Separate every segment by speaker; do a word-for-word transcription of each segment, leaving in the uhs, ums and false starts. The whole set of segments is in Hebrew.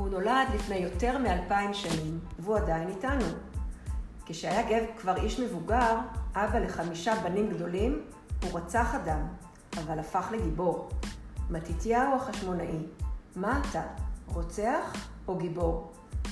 Speaker 1: הוא נולד לפני יותר מאלפיים שנים, והוא עדיין איתנו. כשהיה גב כבר איש מבוגר, אבא לחמישה בנים גדולים, הוא רצח אדם, אבל הפך לגיבור. מתתיהו החשמונאי, מה אתה, רוצח או גיבור?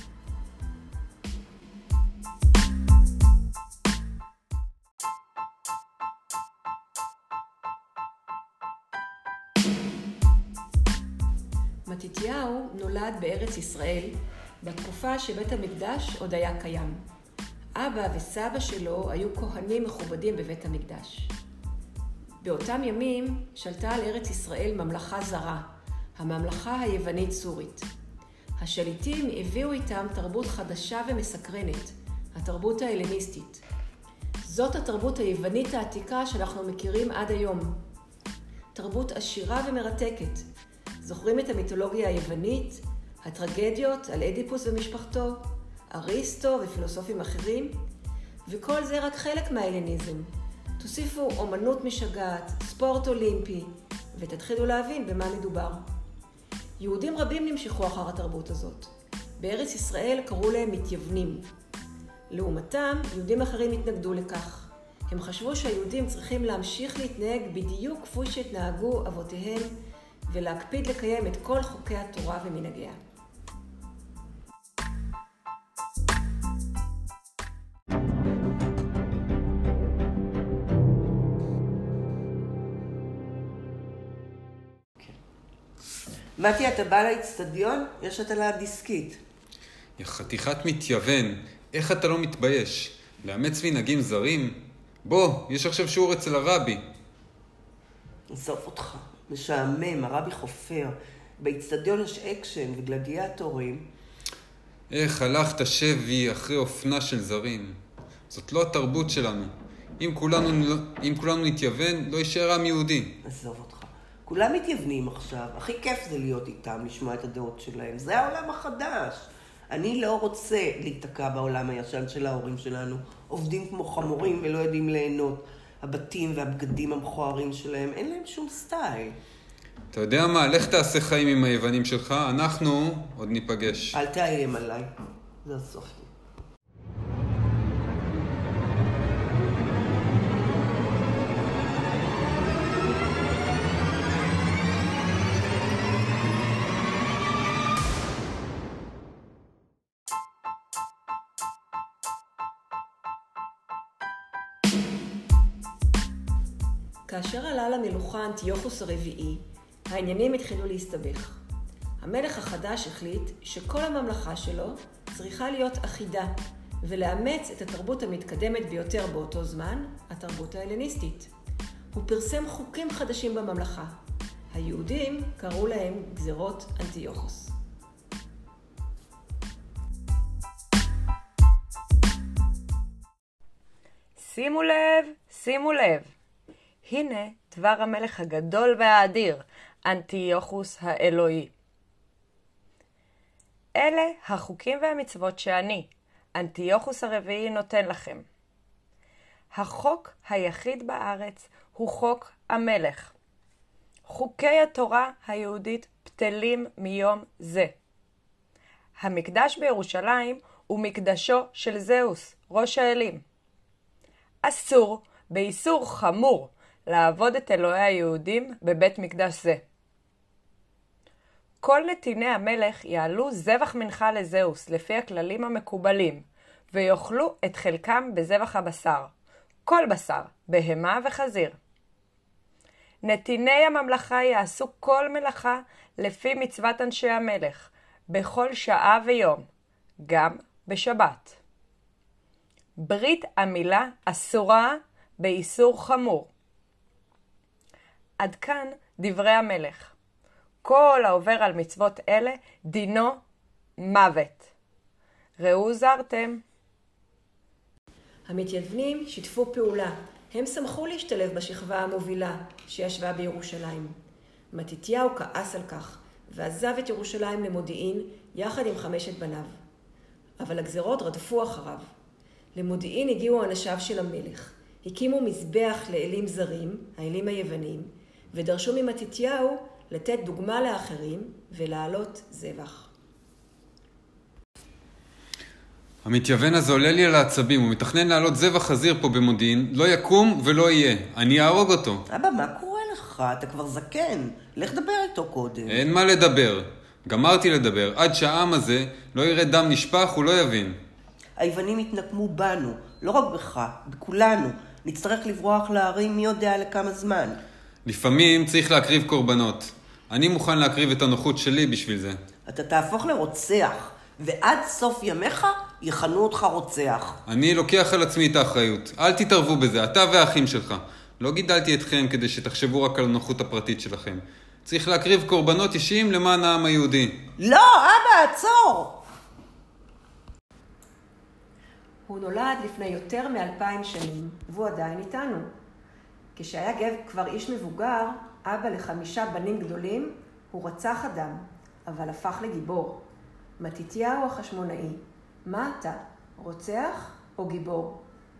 Speaker 1: מתתיהו נולד בארץ ישראל בתקופה שבית המקדש עוד היה קיים. אבא וסבא שלו היו כהנים מכובדים בבית המקדש. באותם ימים שלטה על ארץ ישראל ממלכה זרה, הממלכה היוונית סורית. השליטים הביאו איתם תרבות חדשה ומסקרנת, התרבות ההלניסטית. זאת התרבות היוונית העתיקה שאנחנו מכירים עד היום. תרבות עשירה ומרתקת. זוכרים את המיתולוגיה היוונית, הטרגדיות על אדיפוס ומשפחתו, אריסטו ופילוסופים אחרים? וכל זה רק חלק מההלניזם. תוסיפו אומנות משגעת, ספורט אולימפי, ותתחילו להבין במה מדובר. יהודים רבים נמשכו אחר התרבות הזאת. בארץ ישראל קראו להם מתייוונים. לעומתם, יהודים אחרים התנגדו לכך. הם חשבו שהיהודים צריכים להמשיך להתנהג בדיוק כפי שהתנהגו אבותיהם, ולהקפיד לקיים את כל חוקי התורה ומנהגיה.
Speaker 2: מתי, אתה בא לאצטדיון? יש אתה לה דיסקית.
Speaker 3: יא חתיכת מתייוון, איך אתה לא מתבייש? לאמץ מנהגים זרים? בוא, יש עכשיו שיעור אצל הרבי.
Speaker 2: עזוב אותך, משעמם, הרבי חופר. באצטדיון יש אקשן וגלדיאטורים.
Speaker 3: איך הלכת שבי אחרי אופנה של זרים? זאת לא התרבות שלנו. אם כולנו, אם כולנו נתייוון, לא יישאר עם יהודי.
Speaker 2: עזוב אותך. כולם מתייוונים עכשיו. הכי כיף זה להיות איתם, לשמוע את הדעות שלהם. זה העולם החדש. אני לא רוצה להתקע בעולם הישן של ההורים שלנו. עובדים כמו חמורים ולא יודעים ליהנות. הבתים והבגדים המכוערים שלהם, אין להם שום סטייל.
Speaker 3: אתה יודע מה? לך תעשה חיים עם היוונים שלך, אנחנו עוד ניפגש.
Speaker 2: אל תאיים עליי. זה הסוף.
Speaker 1: כאשר עלה למלוכה אנטיוכוס הרביעי, העניינים התחילו להסתבך. המלך החדש החליט שכל הממלכה שלו צריכה להיות אחידה, ולאמץ את התרבות המתקדמת ביותר באותו זמן, התרבות ההלניסטית. הוא פרסם חוקים חדשים בממלכה. היהודים קראו להם גזירות אנטיוכוס.
Speaker 4: שימו לב, שימו לב. הנה דבר המלך הגדול והאדיר, אנטיוכוס האלוהי. אלה החוקים והמצוות שאני, אנטיוכוס הרביעי, נותן לכם. החוק היחיד בארץ הוא חוק המלך. חוקי התורה היהודית בטלים מיום זה. המקדש בירושלים הוא מקדשו של זהוס, ראש האלים. אסור, באיסור חמור, לעבוד את אלוהי היהודים בבית מקדש זה. כל נתיני המלך יעלו זבח מנחה לזהוס לפי הכללים המקובלים, ויאכלו את חלקם בזבח הבשר, כל בשר, בהמה וחזיר. נתיני הממלכה יעשו כל מלאכה לפי מצוות אנשי המלך, בכל שעה ויום, גם בשבת. ברית המילה אסורה באיסור חמור. עד כאן דברי המלך. כל העובר על מצוות אלה דינו מוות. ראו זרתם.
Speaker 1: המתייוונים שיתפו פעולה. הם שמחו להשתלב בשכבה המובילה שישבה בירושלים. מתתיהו כעס על כך ועזב את ירושלים למודיעין יחד עם חמשת בניו. אבל הגזרות רדפו אחריו. למודיעין הגיעו אנשיו של המלך. הקימו מזבח לאלים זרים, האלים היוונים, ודרשו ממתתיהו לתת דוגמה לאחרים ולהעלות זבח.
Speaker 3: המתייוון הזה עולה לי על העצבים, הוא מתכנן לעלות זבח חזיר פה במודיעין, לא יקום ולא יהיה, אני אהרוג אותו.
Speaker 2: אבא, מה קורה לך? אתה כבר זקן, לך דבר איתו קודם.
Speaker 3: אין מה לדבר, גמרתי לדבר, עד שהעם הזה לא יראה דם נשפך, הוא לא יבין.
Speaker 2: היוונים התנקמו בנו, לא רק בך, בכולנו. נצטרך לברוח להרים מי יודע לכמה זמן.
Speaker 3: לפעמים צריך להקריב קורבנות. אני מוכן להקריב את הנוחות שלי בשביל זה.
Speaker 2: אתה תהפוך לרוצח, ועד סוף ימיך יכנו אותך רוצח.
Speaker 3: אני לוקח על עצמי את האחריות. אל תתערבו בזה, אתה והאחים שלך. לא גידלתי אתכם כדי שתחשבו רק על הנוחות הפרטית שלכם. צריך להקריב קורבנות אישיים למען העם היהודי.
Speaker 2: לא, אבא, עצור!
Speaker 1: הוא נולד לפני יותר מאלפיים שנים, והוא עדיין איתנו. כשהיה גב כבר איש מבוגר, אבא לחמישה בנים גדולים, הוא רצח אדם, אבל הפך לגיבור. מתתיהו החשמונאי, מה אתה, רוצח או גיבור?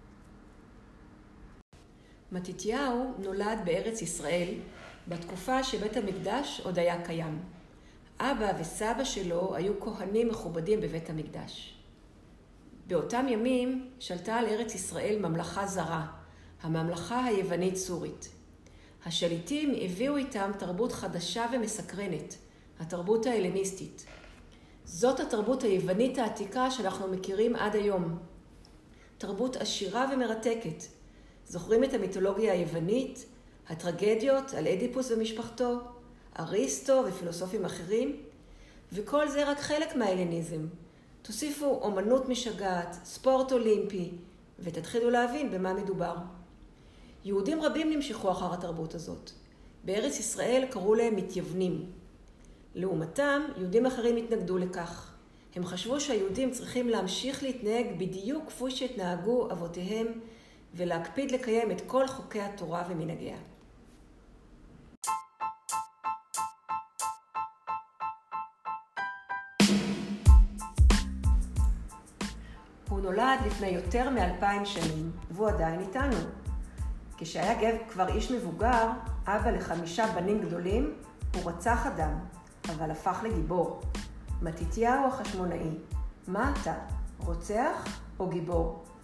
Speaker 1: מתתיהו נולד בארץ ישראל, בתקופה שבית המקדש עוד היה קיים. אבא וסבא שלו היו כהנים מכובדים בבית המקדש. באותם ימים שלטה על ארץ ישראל ממלכה זרה, הממלכה היוונית סורית. השליטים הביאו איתם תרבות חדשה ומסקרנת, התרבות ההלניסטית. זאת התרבות היוונית העתיקה שאנחנו מכירים עד היום. תרבות עשירה ומרתקת. זוכרים את המיתולוגיה היוונית, הטרגדיות על אדיפוס ומשפחתו, אריסטו ופילוסופים אחרים? וכל זה רק חלק מההלניזם. תוסיפו אומנות משגעת, ספורט אולימפי, ותתחילו להבין במה מדובר. יהודים רבים נמשכו אחר התרבות הזאת. בארץ ישראל קראו להם מתייוונים. לעומתם, יהודים אחרים התנגדו לכך. הם חשבו שהיהודים צריכים להמשיך להתנהג בדיוק כפי שהתנהגו אבותיהם, ולהקפיד לקיים את כל חוקי התורה ומנהגיה. הוא נולד לפני יותר מאלפיים שנים, והוא עדיין איתנו. כשהיה גב כבר איש מבוגר, אבא לחמישה בנים גדולים, הוא רצח אדם, אבל הפך לגיבור. מתתיהו החשמונאי, מה אתה, רוצח או גיבור?